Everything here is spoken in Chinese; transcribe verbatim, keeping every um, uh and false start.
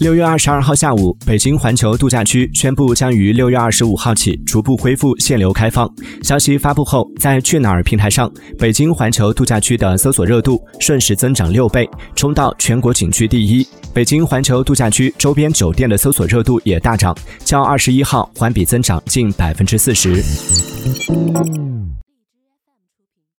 六月二十二号下午，北京环球度假区宣布将于六月二十五号起逐步恢复限流开放。消息发布后，在去哪儿平台上，北京环球度假区的搜索热度瞬时增长六倍，冲到全国景区第一。北京环球度假区周边酒店的搜索热度也大涨，较二十一号环比增长近百分之四十。